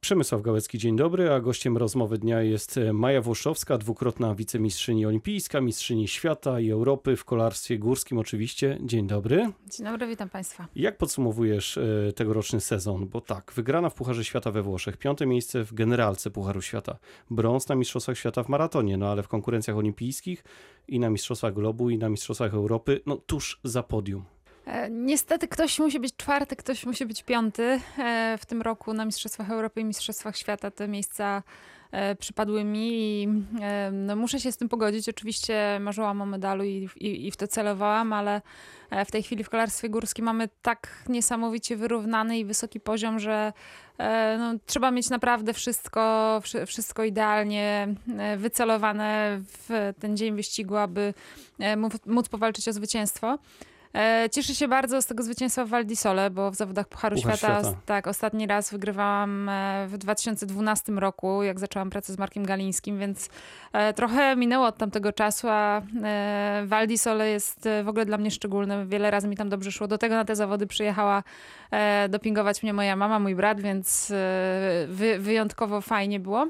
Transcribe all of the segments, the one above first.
Przemysław Gałecki, dzień dobry, a gościem rozmowy dnia jest Maja Włoszczowska, dwukrotna wicemistrzyni olimpijska, mistrzyni świata i Europy w kolarstwie górskim oczywiście. Dzień dobry. Dzień dobry, witam Państwa. Jak podsumowujesz tegoroczny sezon? Bo tak, wygrana w Pucharze Świata we Włoszech, 5. miejsce w generalce Pucharu Świata, brąz na Mistrzostwach Świata w maratonie, no ale w konkurencjach olimpijskich i na Mistrzostwach Globu i na Mistrzostwach Europy, no tuż za podium. Niestety ktoś musi być czwarty, ktoś musi być piąty. W tym roku na Mistrzostwach Europy i Mistrzostwach Świata te miejsca przypadły mi i no, muszę się z tym pogodzić. Oczywiście marzyłam o medalu i w to celowałam, ale w tej chwili w kolarstwie górskim mamy tak niesamowicie wyrównany i wysoki poziom, że no, trzeba mieć naprawdę wszystko idealnie wycelowane w ten dzień wyścigu, aby móc powalczyć o zwycięstwo. Cieszę się bardzo z tego zwycięstwa w Val di Sole, bo w zawodach Pucharu Świata tak, ostatni raz wygrywałam w 2012 roku, jak zaczęłam pracę z Markiem Galińskim, więc trochę minęło od tamtego czasu, a Val di Sole jest w ogóle dla mnie szczególny. Wiele razy mi tam dobrze szło. Do tego na te zawody przyjechała dopingować mnie moja mama, mój brat, więc wyjątkowo fajnie było.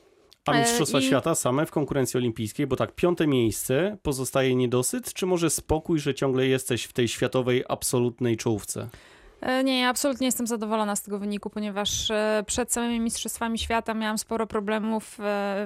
A Mistrzostwa Świata same w konkurencji olimpijskiej, bo tak, 5. miejsce, pozostaje niedosyt, czy może spokój, że ciągle jesteś w tej światowej absolutnej czołówce? Nie, ja absolutnie jestem zadowolona z tego wyniku, ponieważ przed samymi Mistrzostwami Świata miałam sporo problemów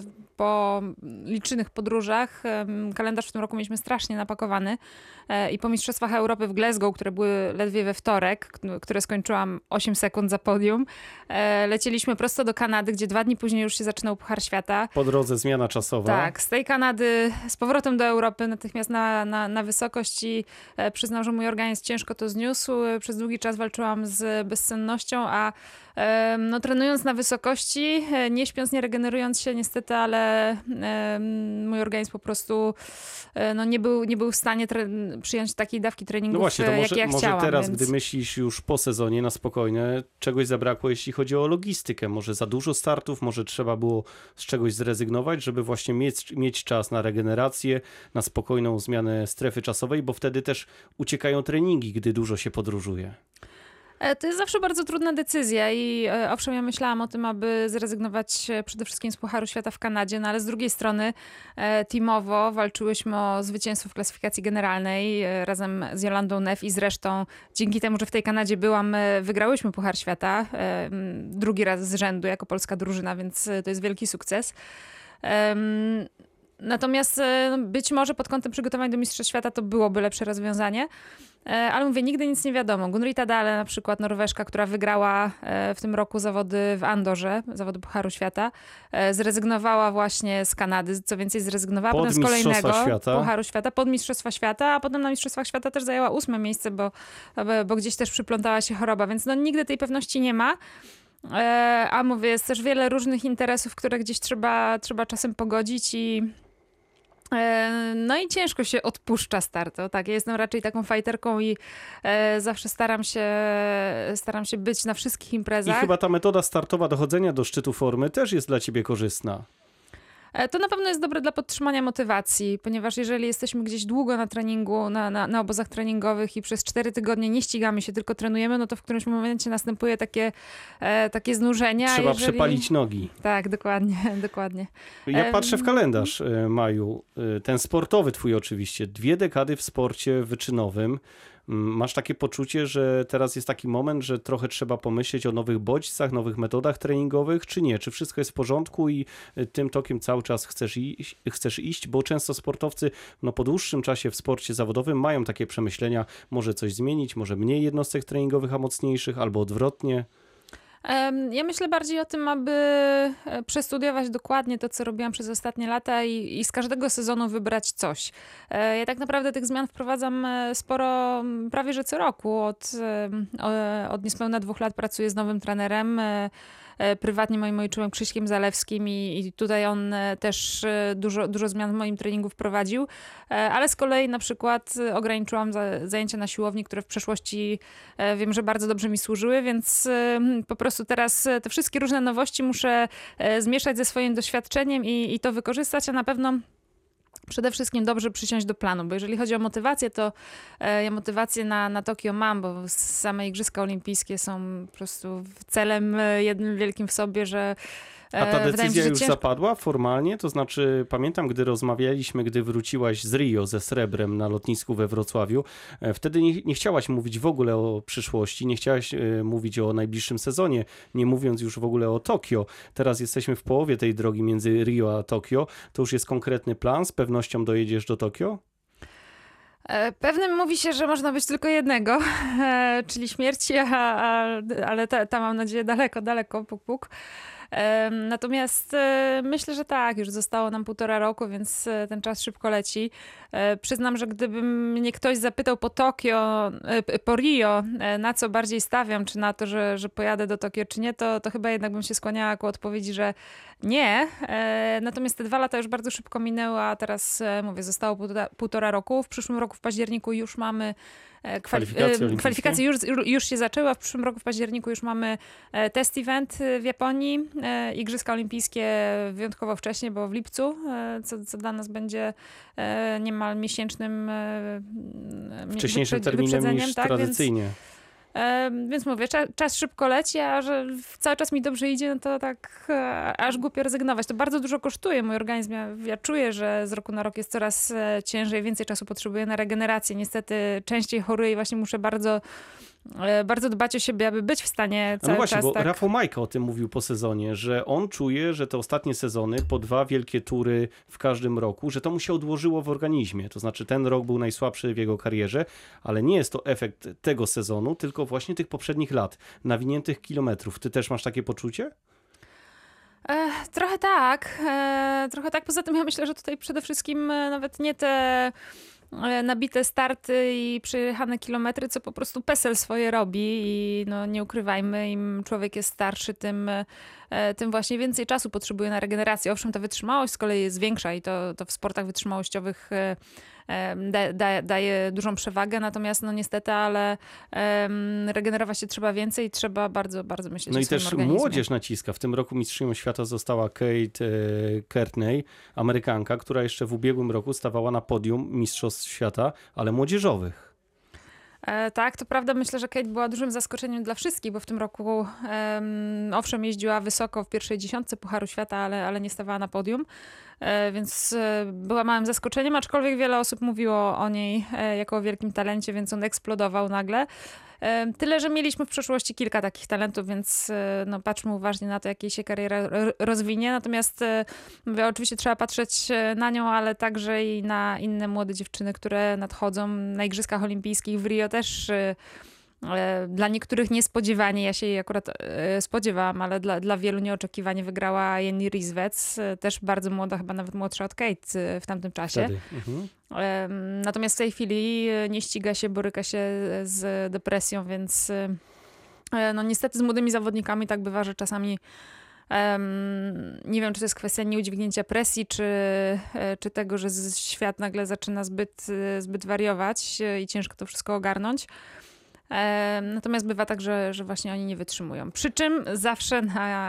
po licznych podróżach. Kalendarz w tym roku mieliśmy strasznie napakowany i po Mistrzostwach Europy w Glasgow, które były ledwie we wtorek, które skończyłam 8 sekund za podium, lecieliśmy prosto do Kanady, gdzie 2 dni później już się zaczynał Puchar Świata. Po drodze zmiana czasowa. Tak, z tej Kanady z powrotem do Europy, natychmiast na wysokość i przyznam, że mój organizm ciężko to zniósł. Przez długi czas walczyłam z bezsennością, a no, trenując na wysokości, nie śpiąc, nie regenerując się niestety, ale mój organizm po prostu no, nie był w stanie przyjąć takiej dawki treningów, no właśnie, to jakie ja chciałam. Może teraz, więc... gdy myślisz już po sezonie na spokojnie, czegoś zabrakło, jeśli chodzi o logistykę. Może za dużo startów, może trzeba było z czegoś zrezygnować, żeby właśnie mieć czas na regenerację, na spokojną zmianę strefy czasowej, bo wtedy też uciekają treningi, gdy dużo się podróżuje. To jest zawsze bardzo trudna decyzja i owszem, ja myślałam o tym, aby zrezygnować przede wszystkim z Pucharu Świata w Kanadzie, no ale z drugiej strony teamowo walczyłyśmy o zwycięstwo w klasyfikacji generalnej razem z Jolandą Neff i zresztą dzięki temu, że w tej Kanadzie byłam, wygrałyśmy Puchar Świata drugi raz z rzędu jako polska drużyna, więc to jest wielki sukces. Natomiast być może pod kątem przygotowań do Mistrzostw Świata to byłoby lepsze rozwiązanie. Ale mówię, nigdy nic nie wiadomo. Gunrita Dahle, na przykład Norweszka, która wygrała w tym roku zawody w Andorze, zawody Pucharu Świata, zrezygnowała właśnie z Kanady, co więcej zrezygnowała potem z kolejnego Pucharu Świata, pod Mistrzostwa Świata, a potem na Mistrzostwach Świata też zajęła 8. miejsce, bo gdzieś też przyplątała się choroba, więc no, nigdy tej pewności nie ma. A mówię, jest też wiele różnych interesów, które gdzieś trzeba czasem pogodzić no i ciężko się odpuszcza startu. Tak, ja jestem raczej taką fajterką i zawsze staram się być na wszystkich imprezach. I chyba ta metoda startowa dochodzenia do szczytu formy też jest dla ciebie korzystna. To na pewno jest dobre dla podtrzymania motywacji, ponieważ jeżeli jesteśmy gdzieś długo na treningu, na obozach treningowych i przez 4 tygodnie nie ścigamy się, tylko trenujemy, no to w którymś momencie następuje takie znużenia. Trzeba przepalić nogi. Tak, dokładnie. Ja patrzę w kalendarz, Maju, ten sportowy twój oczywiście, 2 dekady w sporcie wyczynowym. Masz takie poczucie, że teraz jest taki moment, że trochę trzeba pomyśleć o nowych bodźcach, nowych metodach treningowych, czy nie? Czy wszystko jest w porządku i tym tokiem cały czas chcesz iść? Bo często sportowcy no, po dłuższym czasie w sporcie zawodowym mają takie przemyślenia, może coś zmienić, może mniej jednostek treningowych, a mocniejszych, albo odwrotnie. Ja myślę bardziej o tym, aby przestudiować dokładnie to, co robiłam przez ostatnie lata i z każdego sezonu wybrać coś. Ja tak naprawdę tych zmian wprowadzam sporo, prawie że co roku. Od niespełna 2 lat pracuję z nowym trenerem. Prywatnie moim ojczymem Krzyśkiem Zalewskim i tutaj on też dużo zmian w moim treningu wprowadził, ale z kolei na przykład ograniczyłam zajęcia na siłowni, które w przeszłości wiem, że bardzo dobrze mi służyły, więc po prostu teraz te wszystkie różne nowości muszę zmieszać ze swoim doświadczeniem i to wykorzystać, a na pewno przede wszystkim dobrze przysiąść do planu, bo jeżeli chodzi o motywację, to ja motywację na Tokio mam, bo same Igrzyska Olimpijskie są po prostu celem jednym wielkim w sobie, że A ta wydaje mi się, decyzja że już zapadła formalnie? To znaczy, pamiętam, gdy rozmawialiśmy, gdy wróciłaś z Rio ze srebrem na lotnisku we Wrocławiu, wtedy nie chciałaś mówić w ogóle o przyszłości, nie chciałaś mówić o najbliższym sezonie, nie mówiąc już w ogóle o Tokio. Teraz jesteśmy w połowie tej drogi między Rio a Tokio. To już jest konkretny plan? Z pewnością dojedziesz do Tokio? Pewnym mówi się, że można być tylko jednego, czyli śmierci, ale ta mam nadzieję daleko, puk, puk. Natomiast myślę, że tak, już zostało nam 1,5 roku, więc ten czas szybko leci. Przyznam, że gdyby mnie ktoś zapytał po Rio, na co bardziej stawiam, czy na to, że pojadę do Tokio, czy nie, to chyba jednak bym się skłaniała ku odpowiedzi, że nie. Natomiast te 2 lata już bardzo szybko minęły, a teraz mówię, zostało 1,5 roku. W przyszłym roku w październiku już mamy kwalifikacje już się zaczęły, a w przyszłym roku w październiku już mamy test event w Japonii. Igrzyska Olimpijskie wyjątkowo wcześnie, bo w lipcu, co dla nas będzie niemal miesięcznym wcześniejszym terminem niż tak? tradycyjnie. Więc mówię, czas szybko leci, a że cały czas mi dobrze idzie, no to tak aż głupio rezygnować. To bardzo dużo kosztuje mój organizm. Ja czuję, że z roku na rok jest coraz ciężej, więcej czasu potrzebuję na regenerację. Niestety częściej choruję i właśnie muszę bardzo dbać o siebie, aby być w stanie cały no właśnie, czas. Bo tak... Rafał Majka o tym mówił po sezonie, że on czuje, że te ostatnie sezony, po 2 wielkie tury w każdym roku, że to mu się odłożyło w organizmie. To znaczy ten rok był najsłabszy w jego karierze, ale nie jest to efekt tego sezonu, tylko właśnie tych poprzednich lat, nawiniętych kilometrów. Ty też masz takie poczucie? Trochę tak. Poza tym ja myślę, że tutaj przede wszystkim nawet nie te nabite starty i przejechane kilometry, co po prostu PESEL swoje robi i no, nie ukrywajmy, im człowiek jest starszy, tym właśnie więcej czasu potrzebuje na regenerację. Owszem, ta wytrzymałość z kolei jest większa i to w sportach wytrzymałościowych daje dużą przewagę, natomiast no niestety, ale regenerować się trzeba więcej i trzeba bardzo, bardzo myśleć no o i swoim też organizmie. młodzież naciska. W tym roku mistrzynią świata została Kate Courtney, Amerykanka, która jeszcze w ubiegłym roku stawała na podium mistrzostw świata, ale młodzieżowych. Tak, to prawda. Myślę, że Kate była dużym zaskoczeniem dla wszystkich, bo w tym roku owszem jeździła wysoko w pierwszej 10 Pucharu Świata, ale nie stawała na podium, więc była małym zaskoczeniem, aczkolwiek wiele osób mówiło o niej jako o wielkim talencie, więc on eksplodował nagle. Tyle, że mieliśmy w przeszłości kilka takich talentów, więc no, patrzmy uważnie na to, jak jej się kariera rozwinie. Natomiast mówię, oczywiście trzeba patrzeć na nią, ale także i na inne młode dziewczyny, które nadchodzą na Igrzyskach Olimpijskich w Rio też. Dla niektórych niespodziewanie, ja się jej akurat spodziewałam, ale dla wielu nieoczekiwanie wygrała Jenny Risswec, też bardzo młoda, chyba nawet młodsza od Kate w tamtym czasie. Natomiast w tej chwili nie ściga się, boryka się z depresją, więc no niestety z młodymi zawodnikami tak bywa, że czasami nie wiem, czy to jest kwestia nieudźwignięcia presji, czy tego, że świat nagle zaczyna zbyt wariować i ciężko to wszystko ogarnąć. Natomiast bywa tak, że właśnie oni nie wytrzymują. Przy czym zawsze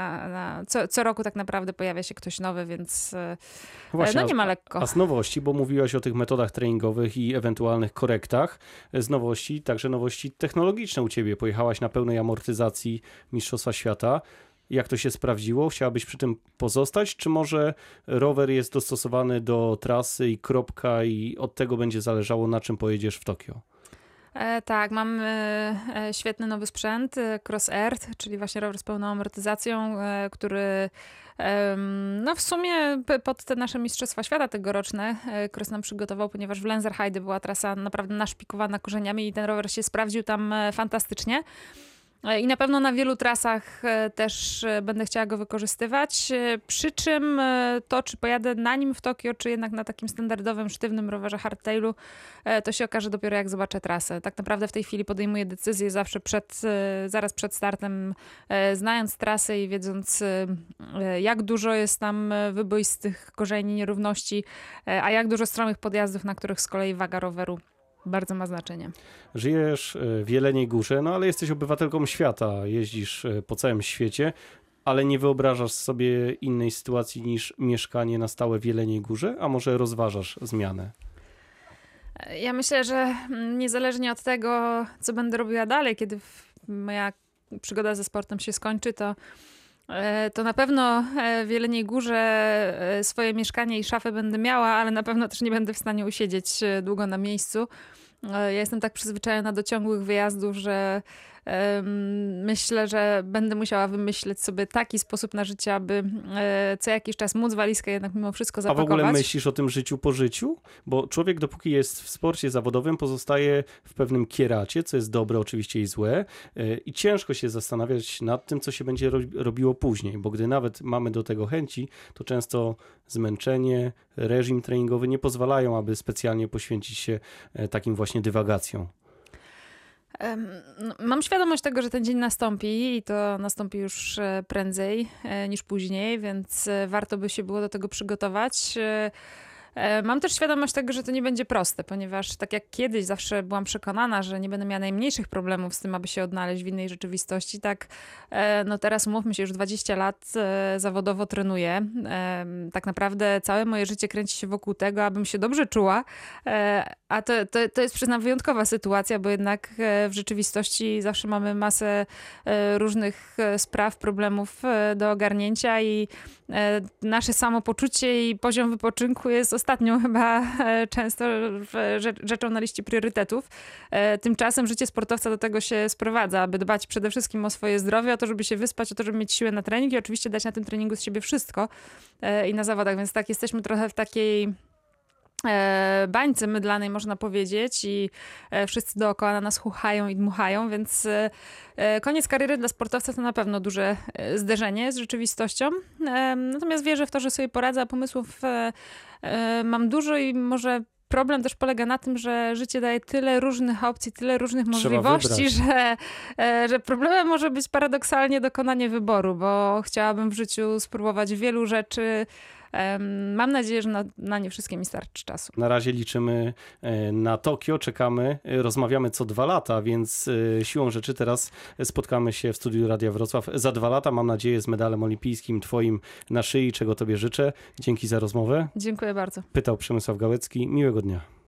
co roku tak naprawdę pojawia się ktoś nowy, więc właśnie, no nie ma lekko. A z nowości, bo mówiłaś o tych metodach treningowych i ewentualnych korektach, z nowości, także nowości technologiczne u ciebie. Pojechałaś na pełnej amortyzacji Mistrzostwa Świata. Jak to się sprawdziło? Chciałabyś przy tym pozostać, czy może rower jest dostosowany do trasy i kropka i od tego będzie zależało, na czym pojedziesz w Tokio? Tak, mam świetny nowy sprzęt, Cross Earth, czyli właśnie rower z pełną amortyzacją, który no w sumie pod te nasze Mistrzostwa Świata tegoroczne Cross nam przygotował, ponieważ w Lenzerheide była trasa naprawdę naszpikowana korzeniami i ten rower się sprawdził tam fantastycznie. I na pewno na wielu trasach też będę chciała go wykorzystywać, przy czym to, czy pojadę na nim w Tokio, czy jednak na takim standardowym, sztywnym rowerze hardtailu, to się okaże dopiero jak zobaczę trasę. Tak naprawdę w tej chwili podejmuję decyzję zawsze zaraz przed startem, znając trasę i wiedząc, jak dużo jest tam wyboistych korzeni, nierówności, a jak dużo stromych podjazdów, na których z kolei waga roweru bardzo ma znaczenie. Żyjesz w Jeleniej Górze, no ale jesteś obywatelką świata, jeździsz po całym świecie. ale nie wyobrażasz sobie innej sytuacji niż mieszkanie na stałe w Jeleniej Górze, a może rozważasz zmianę? Ja myślę, że niezależnie od tego, co będę robiła dalej, kiedy moja przygoda ze sportem się skończy, to na pewno w Jeleniej Górze swoje mieszkanie i szafę będę miała, ale na pewno też nie będę w stanie usiedzieć długo na miejscu. Ja jestem tak przyzwyczajona do ciągłych wyjazdów, że myślę, że będę musiała wymyśleć sobie taki sposób na życie, aby co jakiś czas móc walizkę jednak mimo wszystko zapakować. A w ogóle myślisz o tym życiu po życiu? Bo człowiek dopóki jest w sporcie zawodowym pozostaje w pewnym kieracie, co jest dobre oczywiście i złe i ciężko się zastanawiać nad tym, co się będzie robiło później, bo gdy nawet mamy do tego chęci, to często zmęczenie, reżim treningowy nie pozwalają, aby specjalnie poświęcić się takim właśnie dywagacjom. Mam świadomość tego, że ten dzień nastąpi i to nastąpi już prędzej niż później, więc warto by się było do tego przygotować. Mam też świadomość tego, że to nie będzie proste, ponieważ tak jak kiedyś zawsze byłam przekonana, że nie będę miała najmniejszych problemów z tym, aby się odnaleźć w innej rzeczywistości, tak no teraz umówmy się, już 20 lat zawodowo trenuję. Tak naprawdę całe moje życie kręci się wokół tego, abym się dobrze czuła, a to jest przyznam wyjątkowa sytuacja, bo jednak w rzeczywistości zawsze mamy masę różnych spraw, problemów do ogarnięcia i nasze samopoczucie i poziom wypoczynku jest ostatnią chyba często rzeczą na liście priorytetów. Tymczasem życie sportowca do tego się sprowadza, aby dbać przede wszystkim o swoje zdrowie, o to, żeby się wyspać, o to, żeby mieć siłę na trening i oczywiście dać na tym treningu z siebie wszystko i na zawodach, więc tak, jesteśmy trochę w takiej bańce mydlanej, można powiedzieć, i wszyscy dookoła na nas chuchają i dmuchają, więc koniec kariery dla sportowca to na pewno duże zderzenie z rzeczywistością. Natomiast wierzę w to, że sobie poradzę, a pomysłów mam dużo i może problem też polega na tym, że życie daje tyle różnych opcji, tyle różnych możliwości, że problemem może być paradoksalnie dokonanie wyboru, bo chciałabym w życiu spróbować wielu rzeczy. Mam nadzieję, że na nie wszystkie mi starczy czasu. Na razie liczymy na Tokio, czekamy, rozmawiamy co 2 lata, więc siłą rzeczy teraz spotkamy się w studiu Radia Wrocław za 2 lata, mam nadzieję, z medalem olimpijskim twoim na szyi, czego tobie życzę. Dzięki za rozmowę. Dziękuję bardzo. Pytał Przemysław Gałecki. Miłego dnia.